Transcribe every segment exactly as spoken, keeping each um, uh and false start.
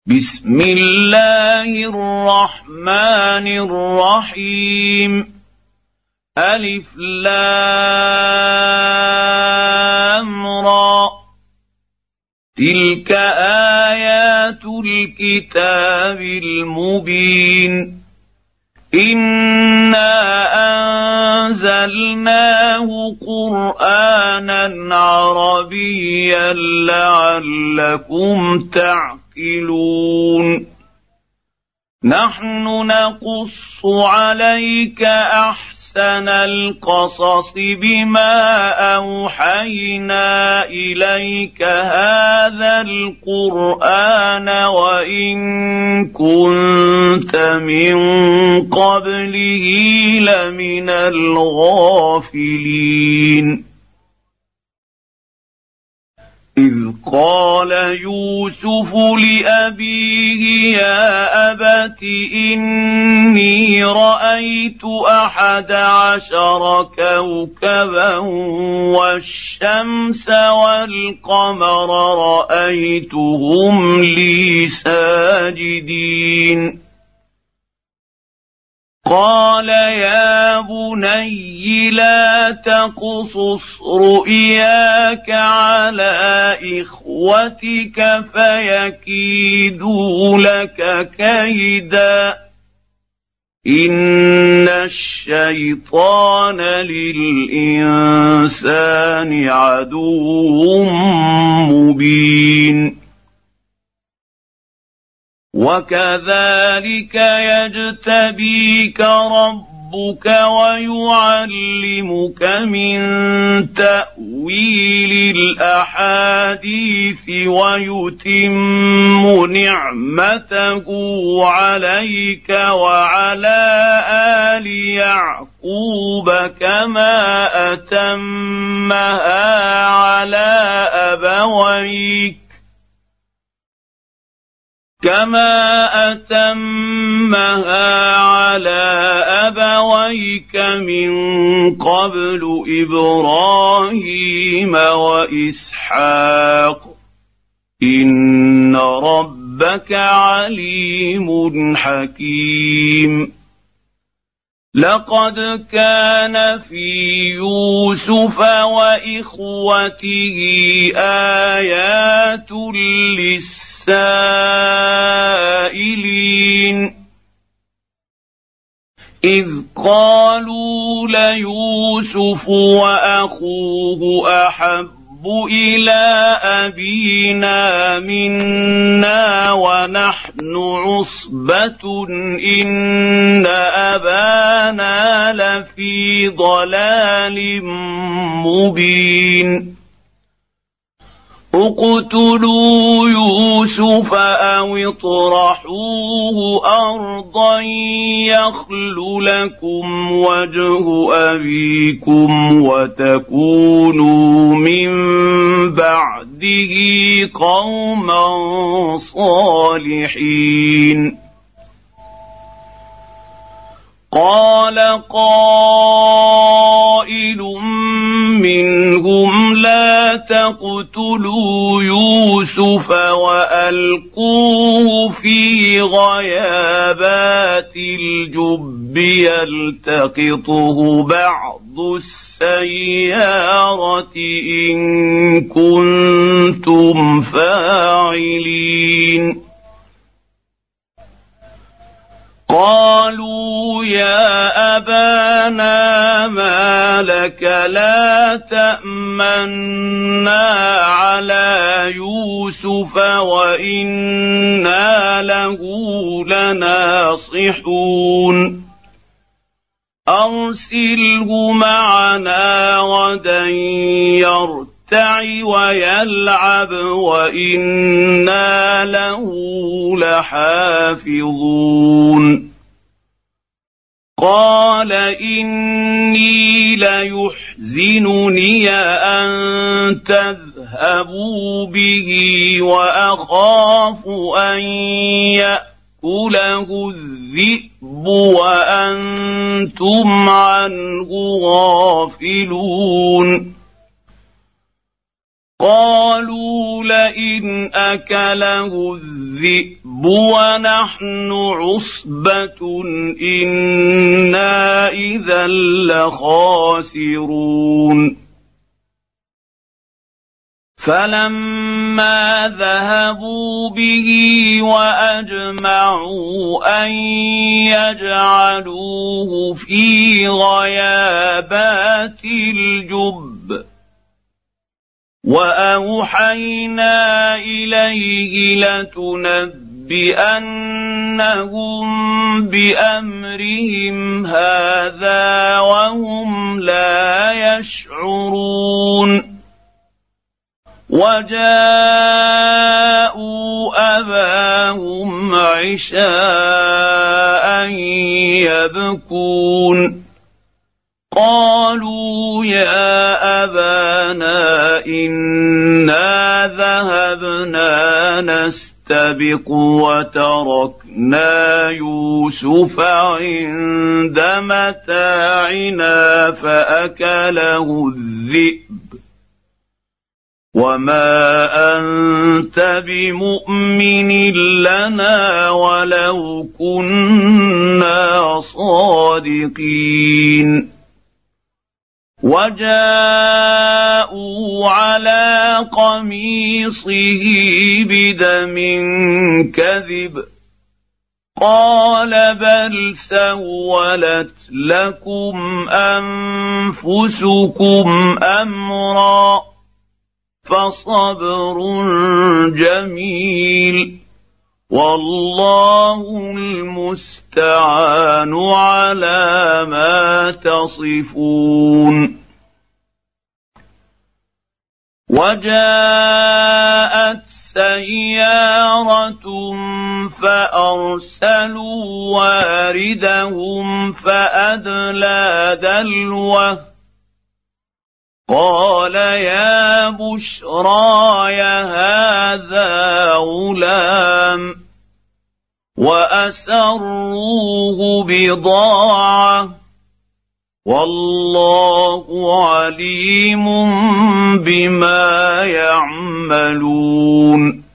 بسم الله الرحمن الرحيم ألف لام را تلك آيات الكتاب المبين إنا أنزلناه قرآنا عربيا لعلكم تعقلون نحن نقص عليك أحسن القصص بما أوحينا إليك هذا القرآن وإن كنت من قبله لمن الغافلين إذ قال يوسف لأبيه يا أبت إني رأيت أحد عشر كوكبا والشمس والقمر رأيتهم لي ساجدين قال يا بني لا تقصص رؤياك على إخوتك فيكيدوا لك كيدا إن الشيطان للإنسان عدو مبين وكذلك يجتبيك ربك ويعلمك من تأويل الأحاديث ويتم نعمته عليك وعلى آل يعقوب كما أتمها على أبويك كما أتمها على أبويك من قبل إبراهيم وإسحاق إن ربك عليم حكيم لقد كان في يوسف وإخوته آيات للسائلين إذ قالوا ليوسف وأخوه أحب إلى أبينا منا ونحن عصبة إن أبانا لفي ضلال مبين اقتلوا يوسف أو اطرحوه أرضا يخل لكم وجه أبيكم وتكونوا من بعده قوما صالحين قال قائل منهم لا تقتلوا يوسف وألقوه في غيابات الجب يلتقطه بعض السيارة إن كنتم فاعلين قالوا يا أبانا ما لك لا تأمنا على يوسف وإنا له لناصحون أرسله معنا غدا يرتع ويلعب وإنا له لحافظون قال إني ليحزنني أن تذهبوا به وأخاف أن يأكله الذئب وأنتم عنه غافلون قالوا لئن أكله الذئب ونحن عصبة إنا إذا لخاسرون فلما ذهبوا به وأجمعوا أن يجعلوه في غيابات الجب وأوحينا إليه لتنبئنهم بأمرهم هذا وهم لا يشعرون وجاءوا أباهم عشاء يبكون قالوا يا أبانا إنا ذهبنا نستبق وتركنا يوسف عند متاعنا فأكله الذئب وما أنت بمؤمن لنا ولو كنا صادقين وجاءوا على قميصه بدم كذب قال بل سولت لكم أنفسكم أمرا فصبر جميل والله المستعان على ما تصفون وجاءت سيارة فأرسلوا واردهم فأدلى دلوه قال يا بشراي هذا غلام وأسروه بضاعة والله عليم بما يعملون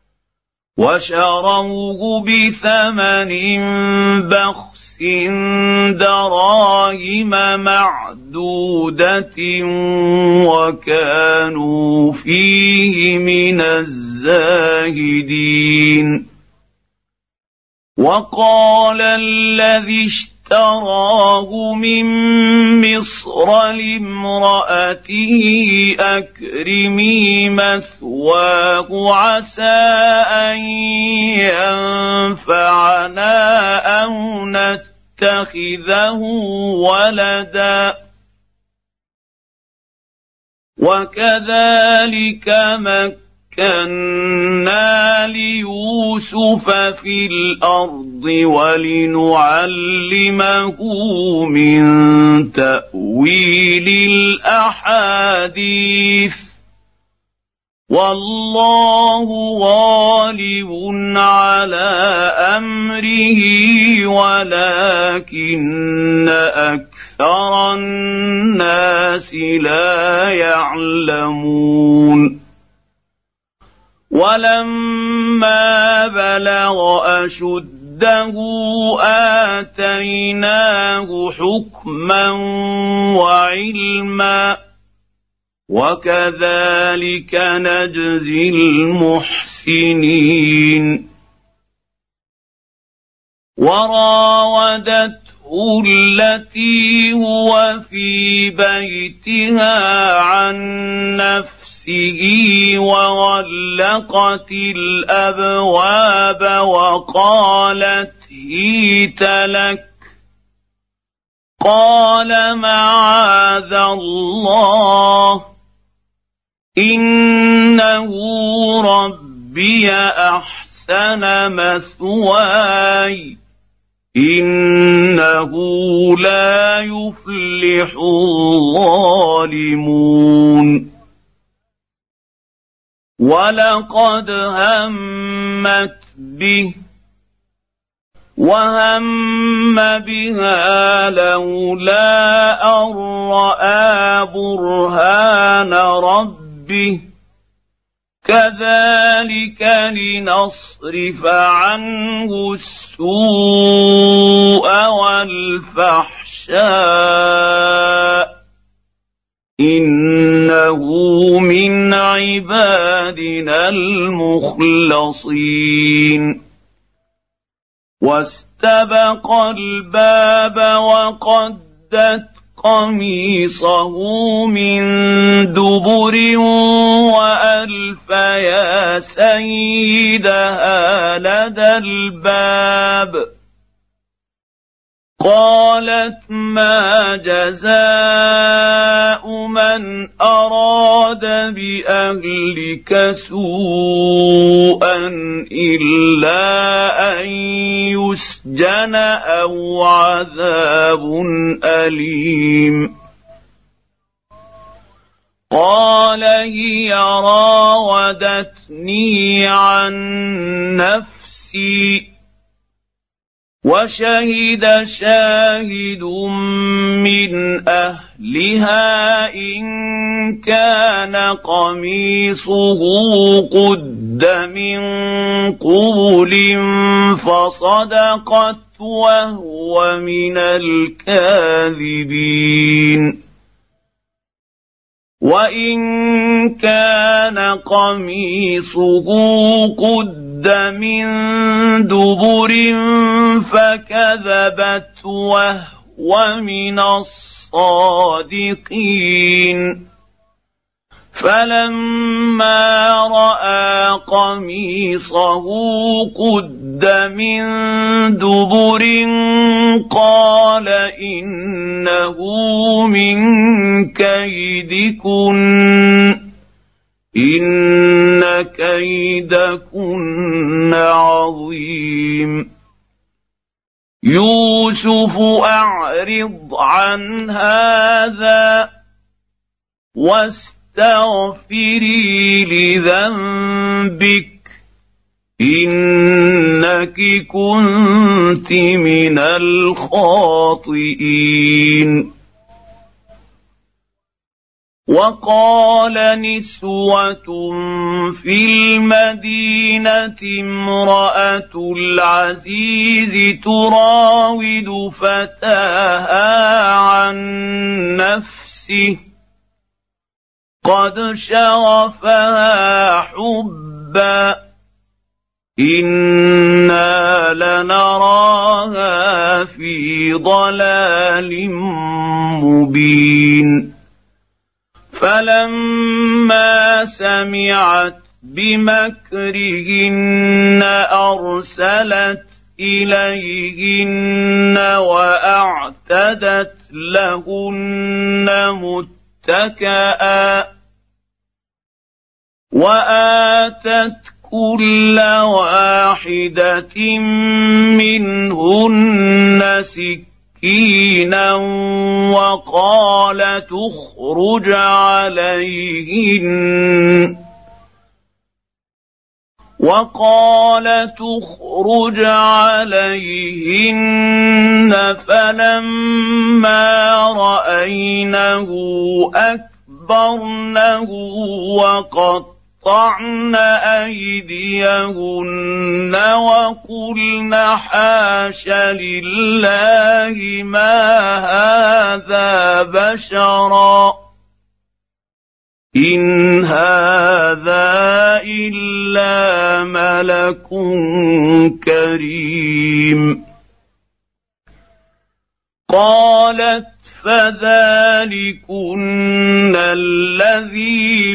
وشروه بثمن بخس دراهم معدودة وكانوا فيه من الزاهدين وقال الذي اشتراه من مصر لامرأته أكرمي مثواه عسى أن ينفعنا أو نتخذه ولدا وكذلك مكنا ليوسف في الأرض ولنعلمه من تأويل الأحاديث والله غالب على أمره ولكن أكثر الناس لا يعلمون ولما بلغ أشده آتيناه حكما وعلما وكذلك نجزي المحسنين وراودته التي هو في بيتها عن نفسه وغلقت الأبواب وقالت هيت لك قال معاذ الله إنه ربي أحسن مثواي إنه لا يفلح الظالمون ولقد همت به وهم بها لولا أن رأى برهان ربه كذلك لنصرف عنه السوء والفحشاء إنه من عبادنا المخلصين. واستبق الباب وقدت قميصه من دبر وألف يا سيدها لدى الباب. قالت ما جزاء من أراد بأهلك سوءا إلا أن يسجن أو عذاب أليم. قال هي راودتني عن نفسي وشهد شاهد من أهلها إن كان قميصه قد من قبل فصدقت وهو من الكاذبين. وإن كان قميصه قد من دبر فكذبت وهو من الصادقين. فلما رأى قميصه قد من دبر قال إنه من كيدكن إن كيدكن عظيم. يوسف أعرض عن هذا واستغفري لذنبك إنك كنت من الخاطئين. وقال نسوة في المدينة امرأة العزيز تراود فتاها عن نفسه قد شغفها حبا إنا لنراها في ضلال مبين. فلما سمعت بمكرهن أرسلت إليهن وأعتدت لهن متكئا وآتت كل واحدة منهن سكينا وقالت اخرج عليهن وقالت اخرج عليهن فلما رأينه أكبرنه وقطعن أيديهن وقلن حاش لله ما هذا بشرا إن هذا إلا ملك كريم. قالت فذلكن الذي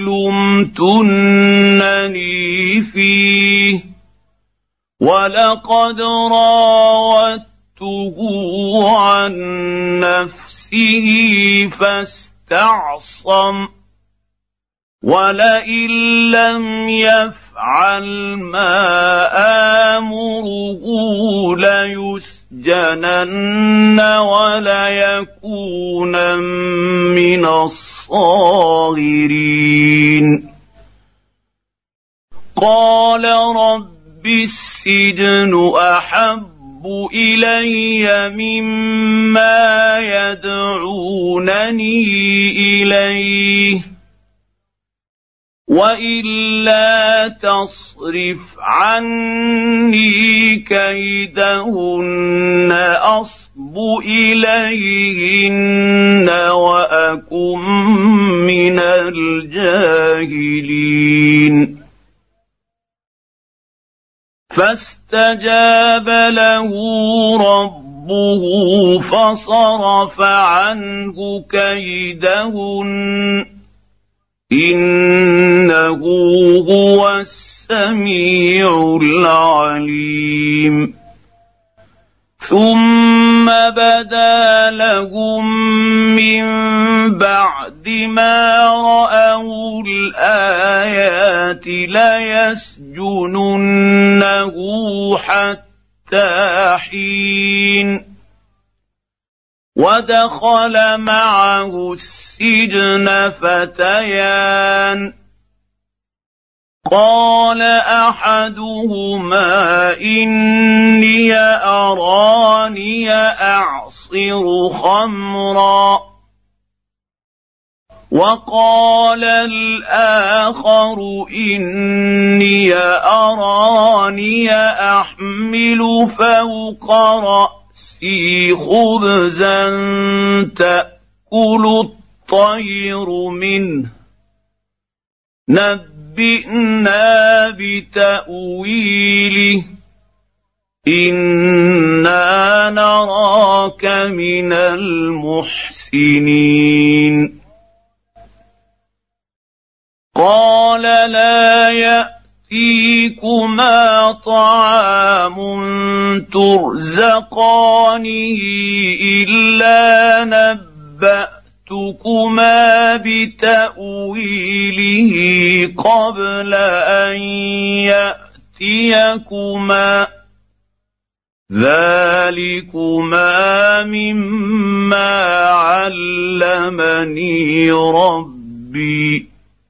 لمتنني فيه ولقد راودته عن نفسه فاستعصم ولئن لم يفعل ما آمره ليسجنن وليكون من الصاغرين. قال رب السجن أحب إلي مما يدعونني إليه والا تصرف عني كيدهن اصب اليهن واكن من الجاهلين. فاستجاب له ربه فصرف عنه كيدهن إنه هو السميع العليم. ثم بدا لهم من بعد ما رأوا الآيات ليسجننه حتى حين. ودخل معه السجن فتيان قال احدهما اني اراني اعصر خمرا وقال الاخر اني اراني احمل فوق رأسي خبزا تأكل الطير منه نبئنا بتأويله إنا نراك من المحسنين. قال لا يأتيكما طعام ترزقانه إلا نبأتكما بتأويله قبل أن يأتيكما ذلكما مما علمني ربي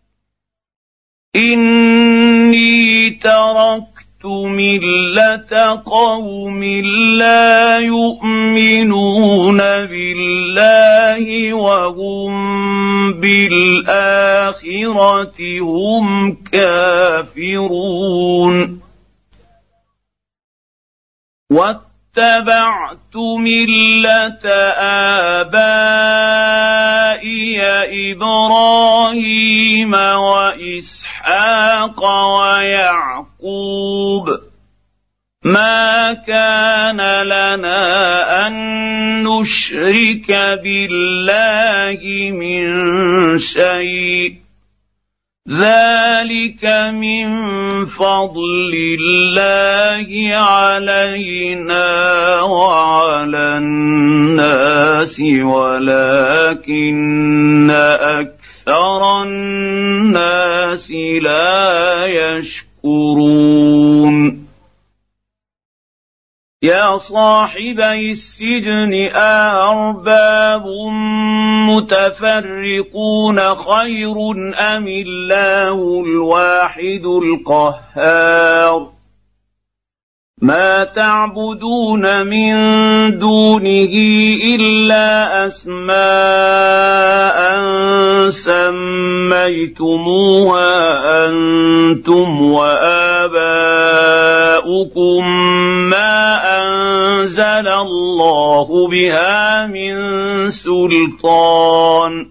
إني تركت ملة قوم لا يؤمنون بالله وهم بالآخرة هم كافرون. واتبعت ملة آبائي إبراهيم وإسحاق ويعقوب ما كان لنا أن نشرك بالله من شيء ذلك من فضل الله علينا وعلى الناس ولكن أكثر الناس لا يشكرون. يا صاحبي السجن أأرباب متفرقون خير أم الله الواحد القهار ما تعبدون من دونه إلا أسماء سميتموها أنتم وآباؤكم ما أنزل الله بها من سلطان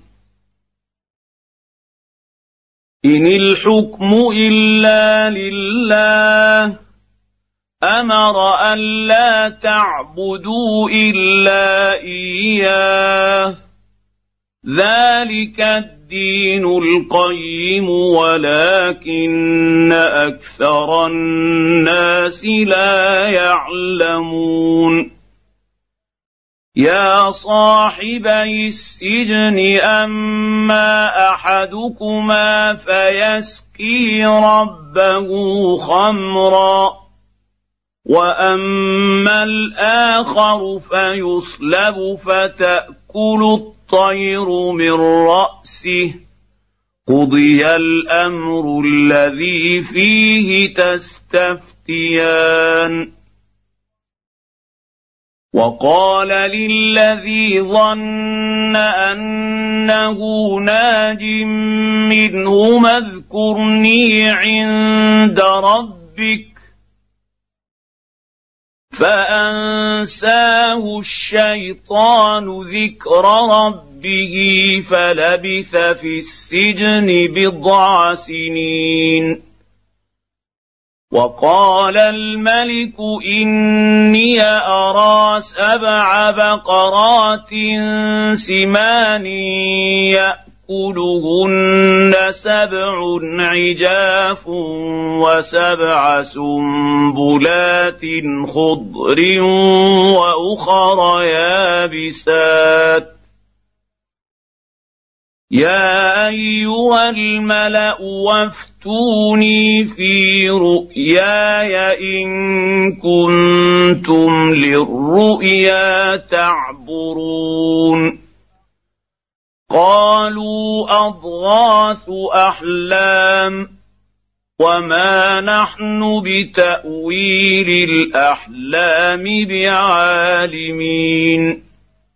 إن الحكم إلا لله أمر ألا تعبدوا إلا إياه ذلك الدين القيم ولكن أكثر الناس لا يعلمون. يا صاحبي السجن أما أحدكما فيسقي ربه خمرا وأما الآخر فيصلب فتأكل الطير من رأسه قضي الأمر الذي فيه تستفتيان وقال للذي ظن أنه ناج منهما اذكرني عند ربك فأنساه الشيطان ذكر ربه فلبث في السجن بضع سنين. وقال الملك إني أرى سبع بقرات سمان يأكلهن سبع عجاف وسبع سنبلات خضر وأخر يابسات يا أيها الملأ وافتوني في رؤياي إن كنتم للرؤيا تعبرون. قالوا أضغاث أحلام وما نحن بتأويل الأحلام بعالمين.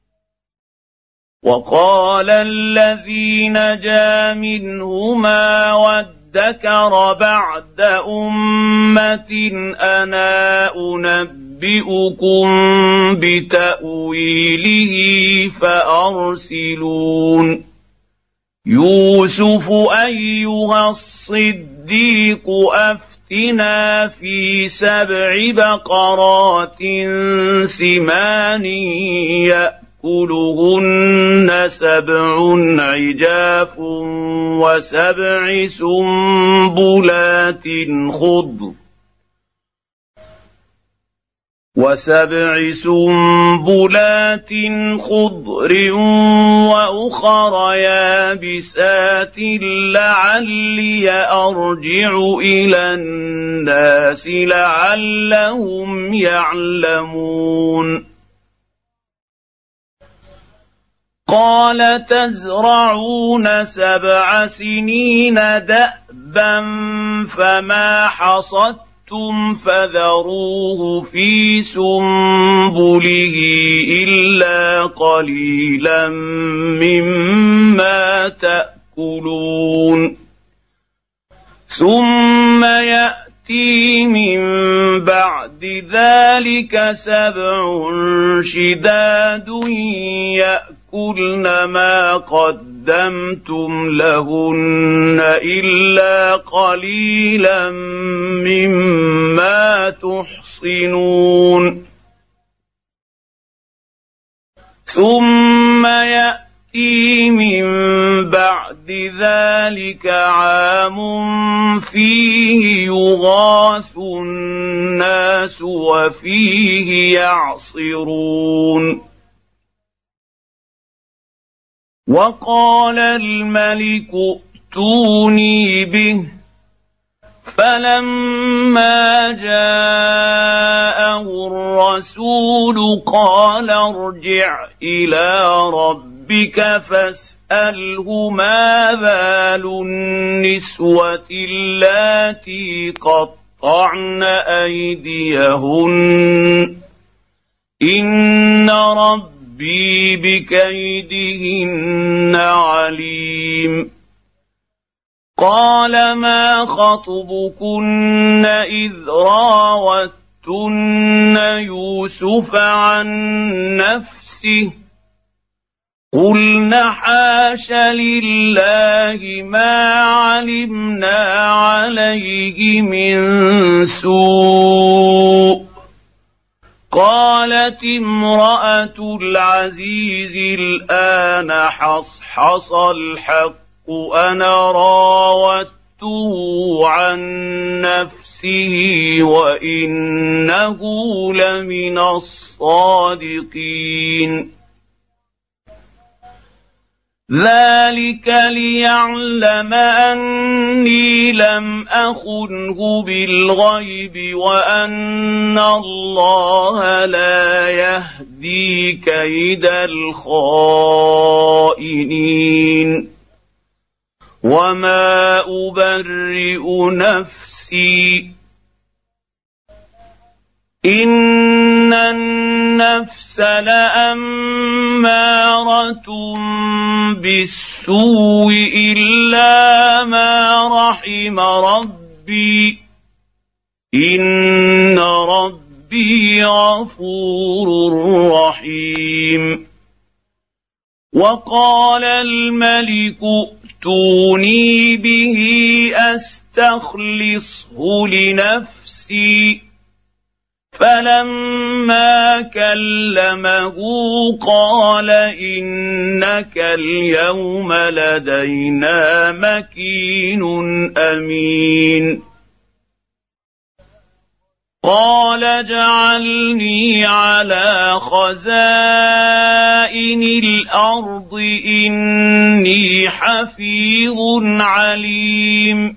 وقال الذي نجا منهما وادكر بعد أمة أنا أنبئكم بتأويله فأرسلون. يوسف أيها الصديق أفتنا في سبع بقرات سمان يأكلون يأكلهن سبع عجاف وسبع سنبلات خضر وسبع سنبلات خضر وأخر يابسات لعلي أرجع إلى الناس لعلهم يعلمون. قال تزرعون سبع سنين دأبا فما حصدتم فذروه في سنبله إلا قليلا مما تأكلون. ثم يأتي من بعد ذلك سبع شداد يأكلون يأكلن ما قدمتم لهن إلا قليلا مما تحصنون. ثم يأتي من بعد ذلك عام فيه يغاث الناس وفيه يعصرون. وقال الملك ائتوني به فلما جاءه الرسول قال ارجع إلى ربك فاسأله ما بال النسوة اللاتي قطعن أيديهن إن ربك ربي بكيدهن عليم. قال ما خطبكن إذ راوتن يوسف عن نفسه قلن حاش لله ما علمنا عليه من سوء. قالت امرأة العزيز الآن حصحص الحق أنا راودته عن نفسه وإنه لمن الصادقين. ذلك ليعلم أني لم أخنه بالغيب وأن الله لا يهدي كيد الخائنين. وما أبرئ نفسي إن النفس لأمارة بالسوء إلا ما رحم ربي إن ربي غفور رحيم. وقال الملك ائتوني به أستخلصه لنفسي فلما كلمه قال إنك اليوم لدينا مكين أمين. قال اجعلني على خزائن الأرض إني حفيظ عليم.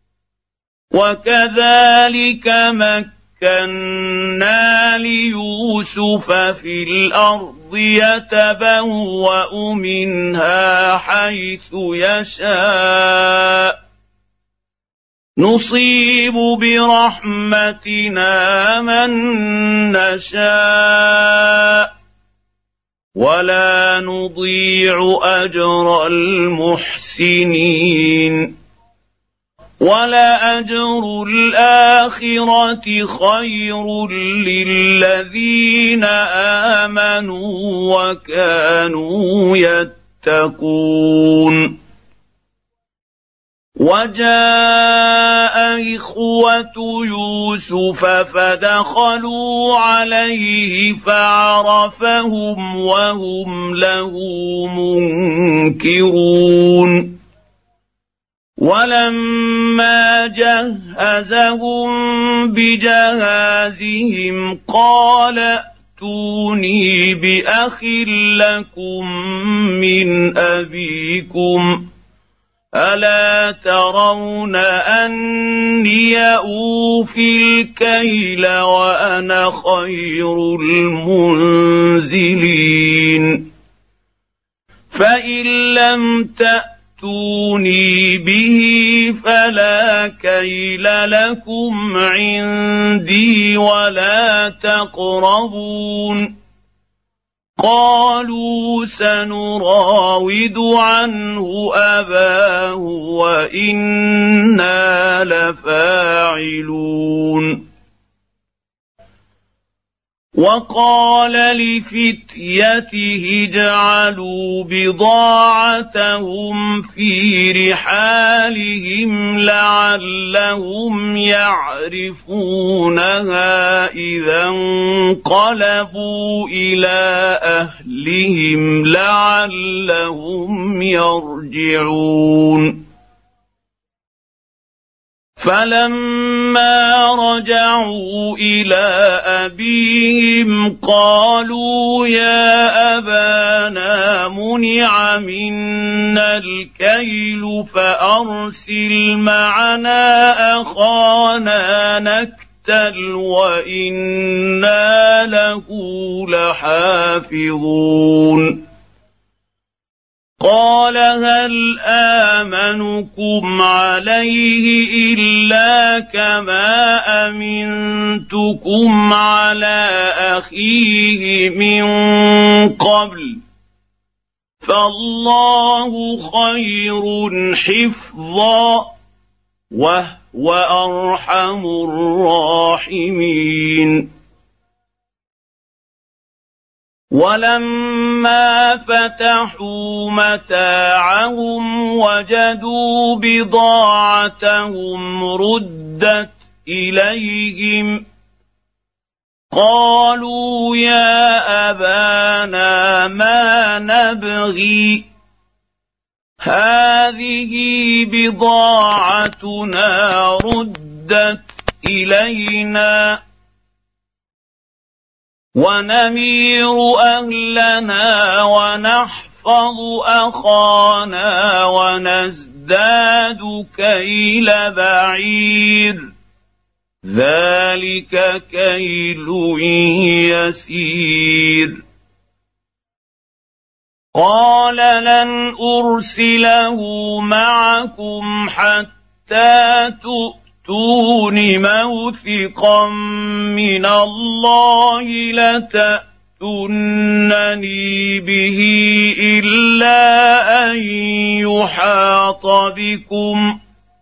وكذلك مكنا ليوسف في الأرض يتبوأ منها حيث يشاء نصيب برحمتنا من نشاء ولا نضيع أجر المحسنين. ولأجر الآخرة خير للذين آمنوا وكانوا يتقون. وجاء إخوة يوسف فدخلوا عليه فعرفهم وهم له منكرون. ولما جهزهم بجهازهم قال ائتوني بأخ لكم من أبيكم ألا ترون أني أوفي الكيل وأنا خير المنزلين. فإن لم تأتوني به فلا كيل لكم عندي ولا تقربون. قالوا سنراود عنه أباه وإنا لفاعلون. وقال لفتيته اجعلوا بضاعتهم في رحالهم لعلهم يعرفونها إذا انقلبوا إلى أهلهم لعلهم يرجعون. فلما رجعوا إلى أبيهم قالوا يا أبانا منع منا الكيل فأرسل معنا أخانا نكتل وإنا له لحافظون. قال هل آمنكم عليه إلا كما أمنتكم على أخيه من قبل فالله خير حفظا وهو أرحم الراحمين. ولما فتحوا متاعهم وجدوا بضاعتهم ردت إليهم قالوا يا أبانا ما نبغي هذه بضاعتنا ردت إلينا ونمير أهلنا ونحفظ أخانا ونزداد كيل بعير ذلك كيل يسير. قال لن أرسله معكم حتى تؤمنوا تاتون موثقا من الله لتاتونني به الا ان يحاط بكم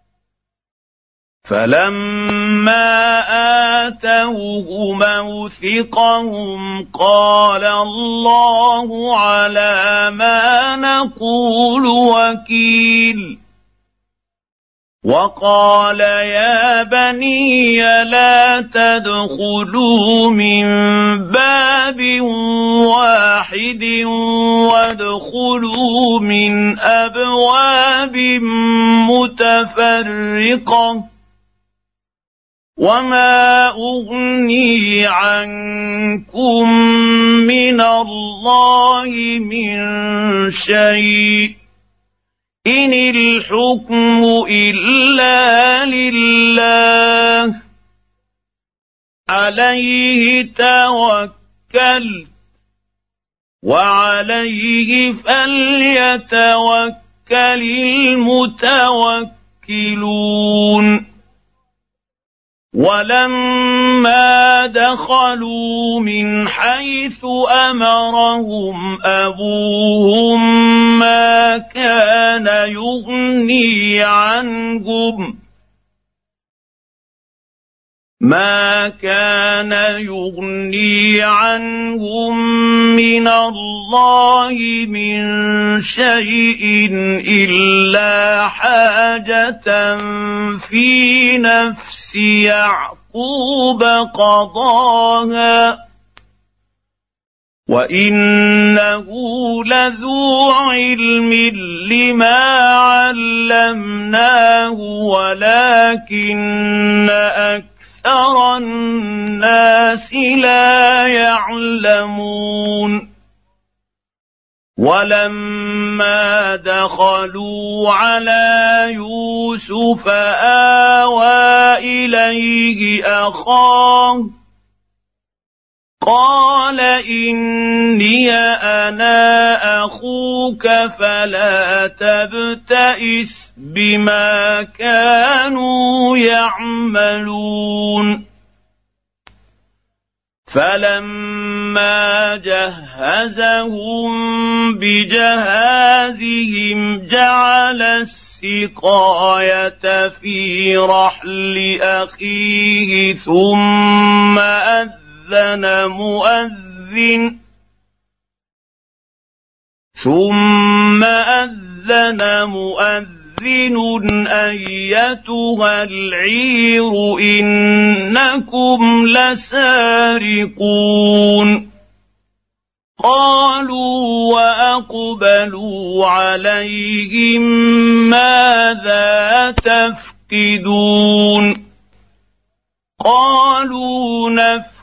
فلما آتوه موثقهم قال الله على ما نقول وكيل وقال يا بني لا تدخلوا من باب واحد وادخلوا من أبواب متفرقة وما أغني عنكم من الله من شيء إن الحكم إلا لله عليه توكلت وعليه فليتوكل المتوكلون ولما دخلوا من حيث أمرهم أبوهم ما كان يغني عنهم ما كان يغني عنهم من الله من شيء إلا حاجة في نفس يعقوب قضاها وإنه لذو علم لما علمناه ولكن أكثر أكثر الناس لا يعلمون ولما دخلوا على يوسف آوى إليه أخاه قال إني أنا أخوك فلا تبتئس بما كانوا يعملون فلما جهزهم بجهازهم جعل السقاية في رحل أخيه ثم أذن مؤذن ثم أذن مؤذن أيتها العير إنكم لسارقون قالوا وأقبلوا عليهم ماذا تفقدون قالوا نفقد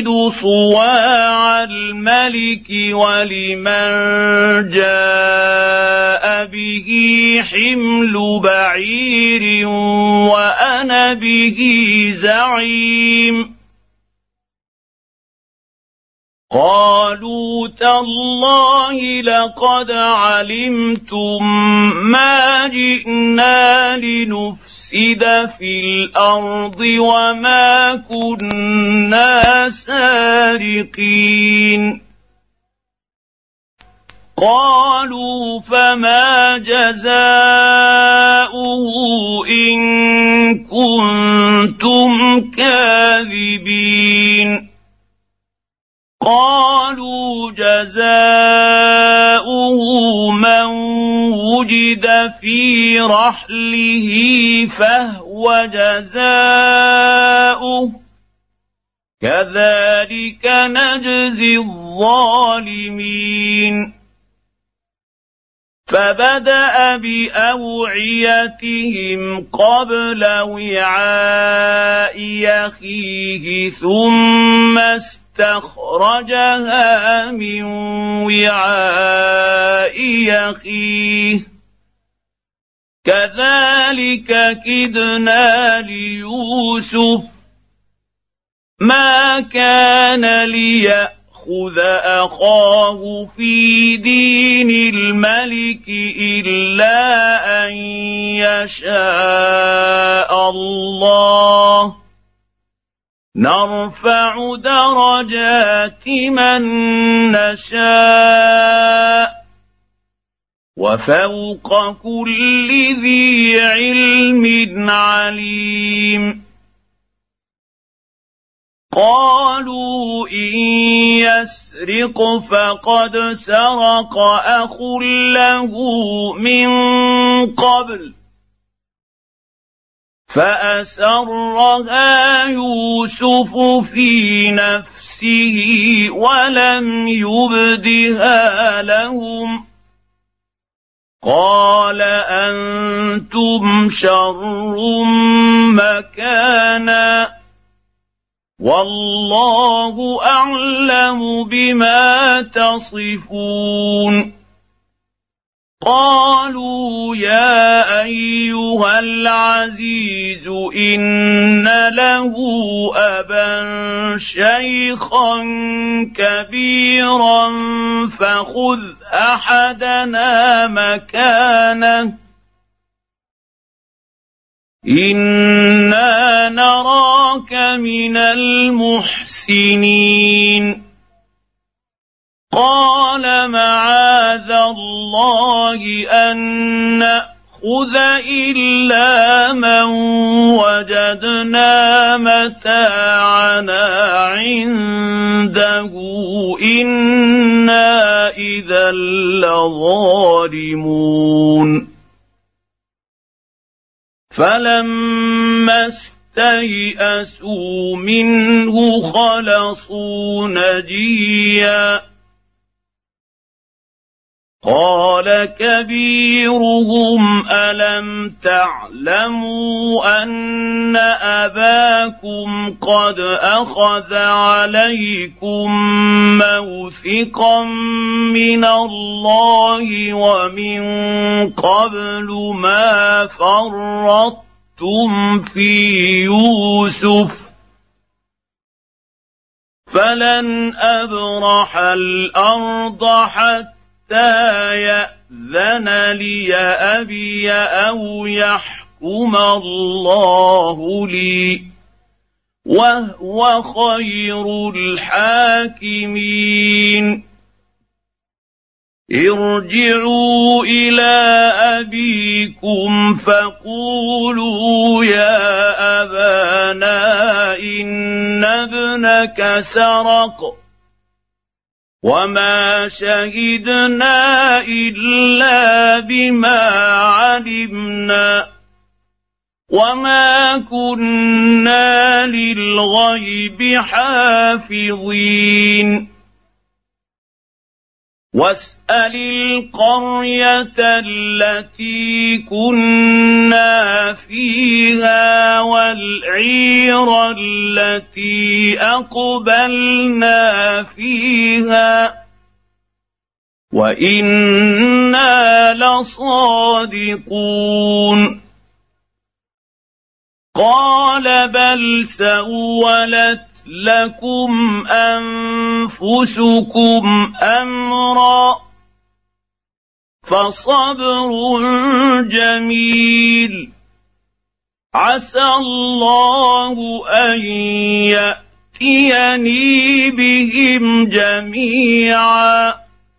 صواع الملك ولمن جاء به حمل بعير وأنا به زعيم قالوا تالله لقد علمتم ما جئنا لنفسد في الأرض وما كنا سارقين قالوا فما جزاؤه إن كنتم كاذبين قالوا جزاؤه من وجد في رحله فهو جزاؤه كذلك نجزي الظالمين فبدأ بأوعيتهم قبل وعاء أخيه ثم استخرجها من وعاء أخيه كذلك كدنا ليوسف ما كان ليأخذ ياخذ اخاه في دين الملك الا ان يشاء الله نرفع درجات من نشاء وفوق كل ذي علم عليم. قالوا إن يسرق فقد سرق أخ له من قبل فأسرها يوسف في نفسه ولم يبدها لهم قال أنتم شر مكانا والله أعلم بما تصفون. قالوا يا أيها العزيز إن له أبا شيخا كبيرا فخذ أحدنا مكانه إنا نراك من المحسنين. قال معاذ الله أن نأخذ إلا من وجدنا متاعنا عنده إنا إذا لظالمون. فلما استيئسوا منه خلصوا نجيا قال كبيرهم ألم تعلموا أن أباكم قد أخذ عليكم موثقا من الله ومن قبل ما فرطتم في يوسف فلن أبرح الأرض حتى حتى يأذن لي أبي أو يحكم الله لي وهو خير الحاكمين. ارجعوا إلى أبيكم فقولوا يا أبانا إن ابنك سرق وما شهدنا إلا بما علمنا وما كنا للغيب حافظين. واسأل القرية التي كنا فيها والعير التي أقبلنا فيها وإنا لصادقون. قال بل سولت لكم أنفسكم أمرا فصبر جميل عسى الله أن يأتيني بهم جميعا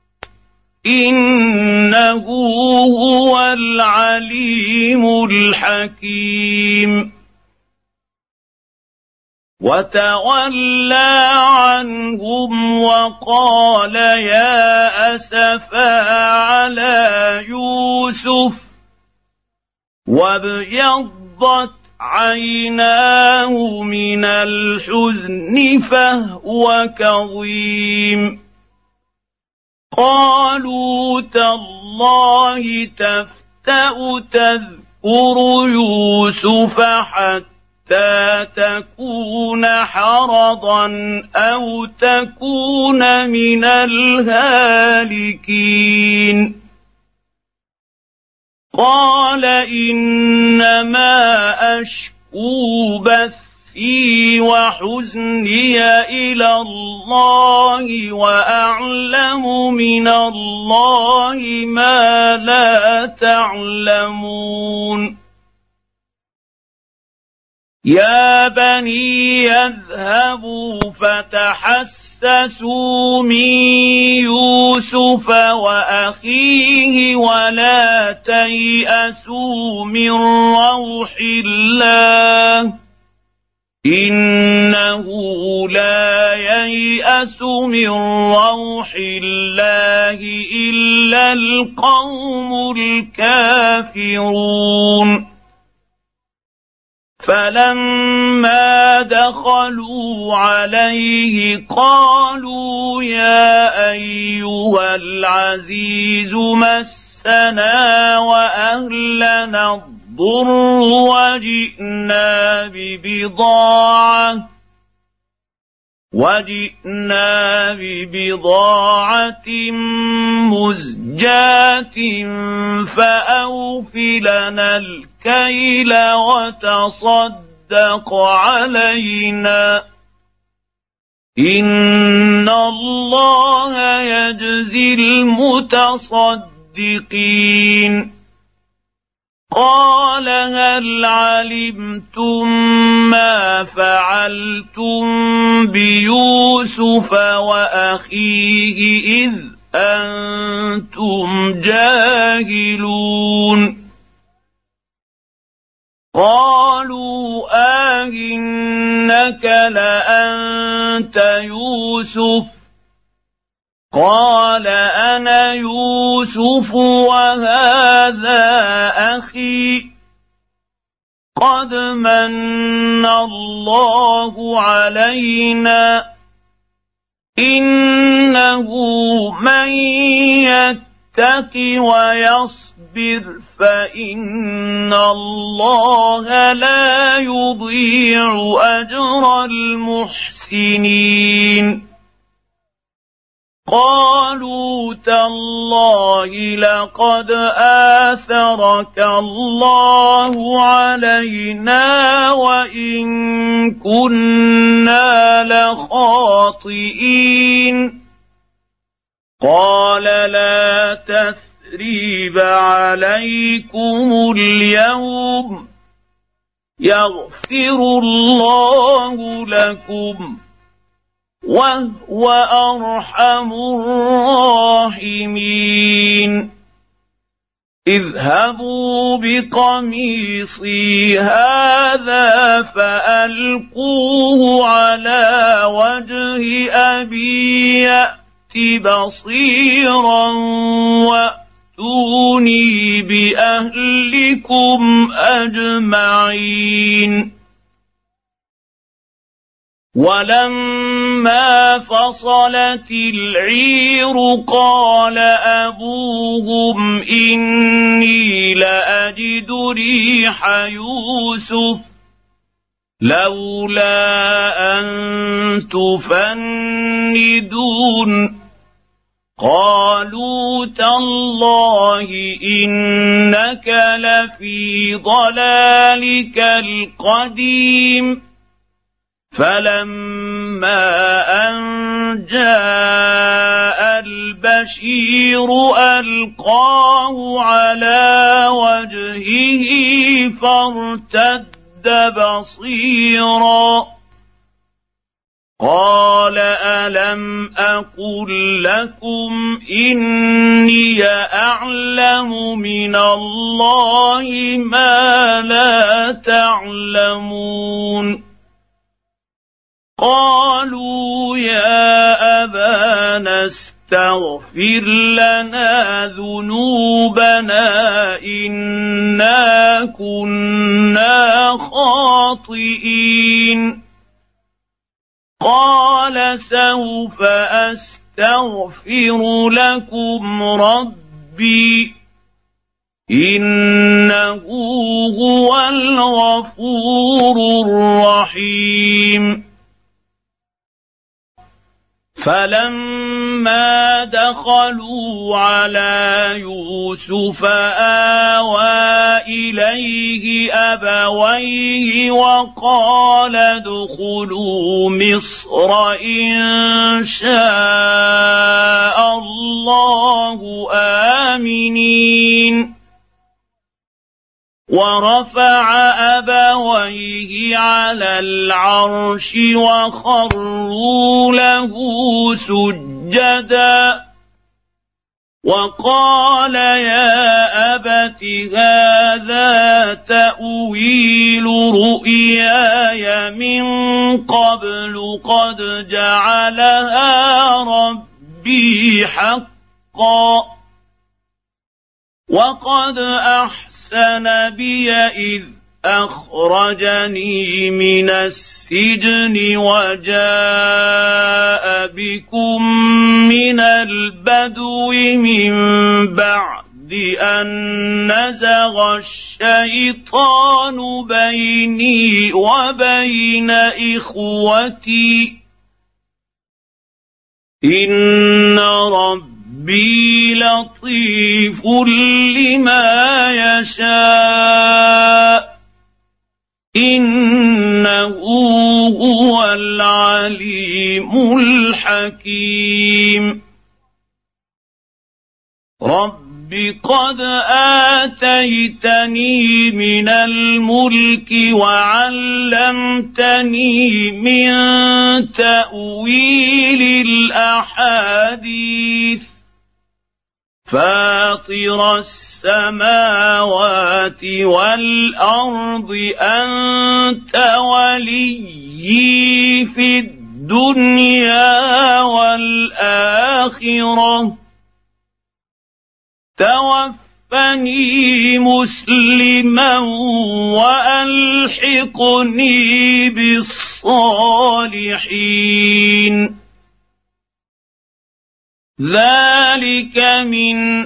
إنه هو العليم الحكيم. وتولى عنهم وقال يا أسفا على يوسف وابيضت عيناه من الحزن فهو كظيم. قالوا تالله تفتأ تذكر يوسف حتى تكون حرضا أو تكون من الهالكين. قال إنما أشكو بثي بأسي وحزني إلى الله وأعلم من الله ما لا تعلمون يا بني اذهبوا فتحسسوا من يوسف وأخيه ولا تيأسوا من روح الله إنه لا ييأس من روح الله إلا القوم الكافرون فلما دخلوا عليه قالوا يا أيها العزيز مسنا وأهلنا الضر وجئنا ببضاعة وجئنا ببضاعة مزجاة فأوف لنا الكيل وتصدق علينا إن الله يجزي المتصدقين قال هل علمتم ما فعلتم بيوسف وأخيه إذ أنتم جاهلون قالوا آئنك لأنت يوسف قال أنا يوسف وهذا أخي قد من الله علينا إنه من يتق ويصبر فإن الله لا يضيع أجر المحسنين قالوا تالله لقد آثرك الله علينا وإن كنا لخاطئين قال لا تثريب عليكم اليوم يغفر الله لكم وهو أرحم الراحمين اذهبوا بقميصي هذا فألقوه على وجه أبي يأت بصيرا وأتوني بأهلكم أجمعين ولما فصلت العير قال أبوهم إني لأجد ريح يوسف لولا أن تفندون قالوا تالله إنك لفي ضلالك القديم فلما أن جاء البشير ألقاه على وجهه فارتد بصيرا قال ألم أقل لكم إني أعلم من الله ما لا تعلمون قالوا يا أبانا استغفر لنا ذنوبنا إنا كنا خاطئين قال سوف أستغفر لكم ربي إنه هو الغفور الرحيم فلما دخلوا على يوسف آوى إليه أبويه وقال ادخلوا مصر إن شاء الله آمنين ورفع أبويه على العرش وخروا له سجدا وقال يا أبت هذا تأويل رؤياي من قبل قد جعلها ربي حقا وقد أحسن بي إذ أخرجني من السجن وجاء بكم من البدو من بعد أن نزغ الشيطان بيني وبين إخوتي إن ربي ربي لطيف لما يشاء إنه هو العليم الحكيم رب قد آتيتني من الملك وعلمتني من تأويل الأحاديث فاطر السماوات والأرض أنت وليي في الدنيا والآخرة توفني مسلما وألحقني بالصالحين ذلك من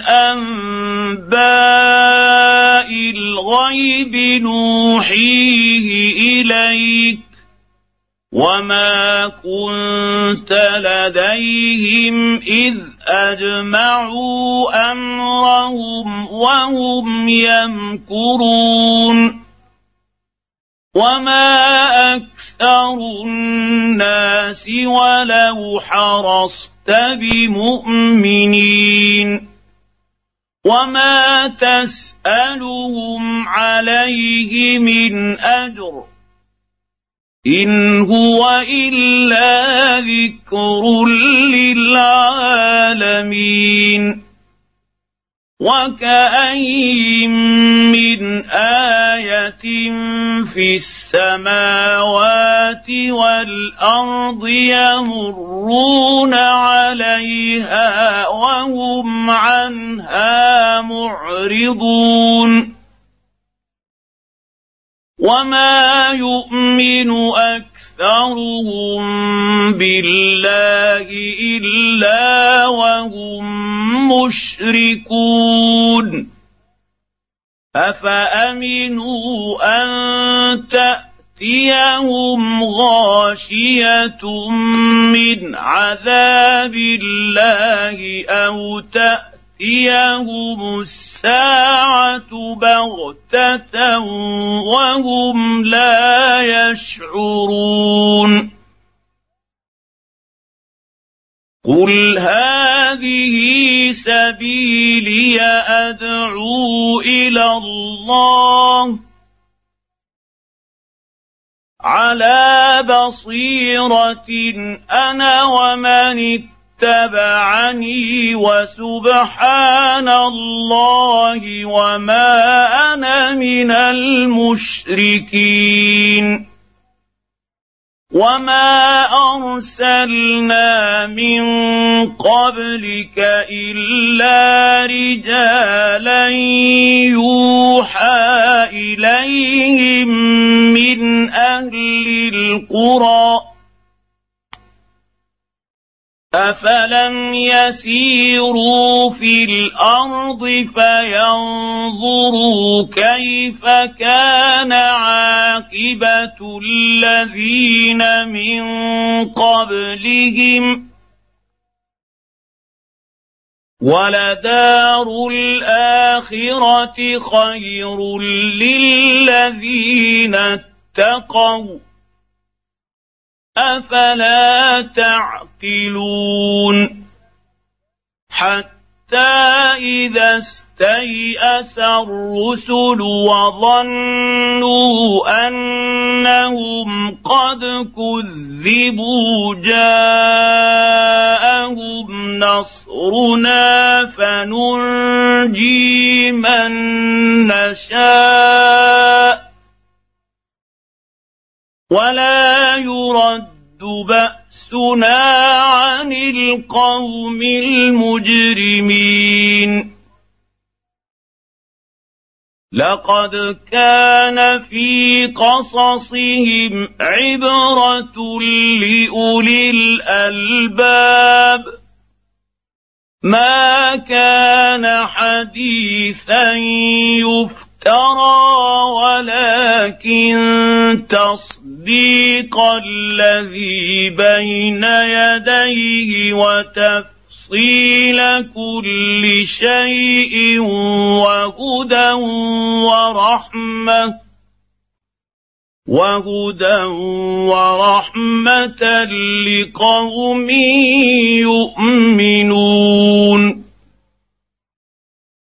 أنباء الغيب نوحيه إليك وما كنت لديهم إذ أجمعوا أمرهم وهم يمكرون وما أكثر الناس ولو حرصت بمؤمنين وما تسألهم عليه من أجر إن هو إلا ذكر للعالمين وكأين من آية في السماوات والأرض يمرون عليها وهم عنها معرضون وما يؤمن أكثرهم بالله إلا وهم مشركون أفأمنوا أن تأتيهم غاشية من عذاب الله أو تأتي تأتيهم الساعة بغتة وهم لا يشعرون قل هذه سبيلي أدعو إلى الله على بصيرة أنا ومن اتبعني وسبحان الله وما أنا من المشركين وما أرسلنا من قبلك إلا رجالا يوحى إليهم من أهل القرى أفلم يسيروا في الأرض فينظروا كيف كان عاقبة الذين من قبلهم ولدار الآخرة خير للذين اتقوا أفلا تعقلون حتى إذا استيأس الرسل وظنوا أنهم قد كذبوا جاءهم نصرنا فننجي من نشاء ولا يرد بأسنا عن القوم المجرمين لقد كان في قصصهم عبرة لأولي الألباب ما كان حديثا يفترى ولكن تصديق الذي بين يديه وتفصيل كل شيء وهدى ورحمة وهدى ورحمة لقوم يؤمنون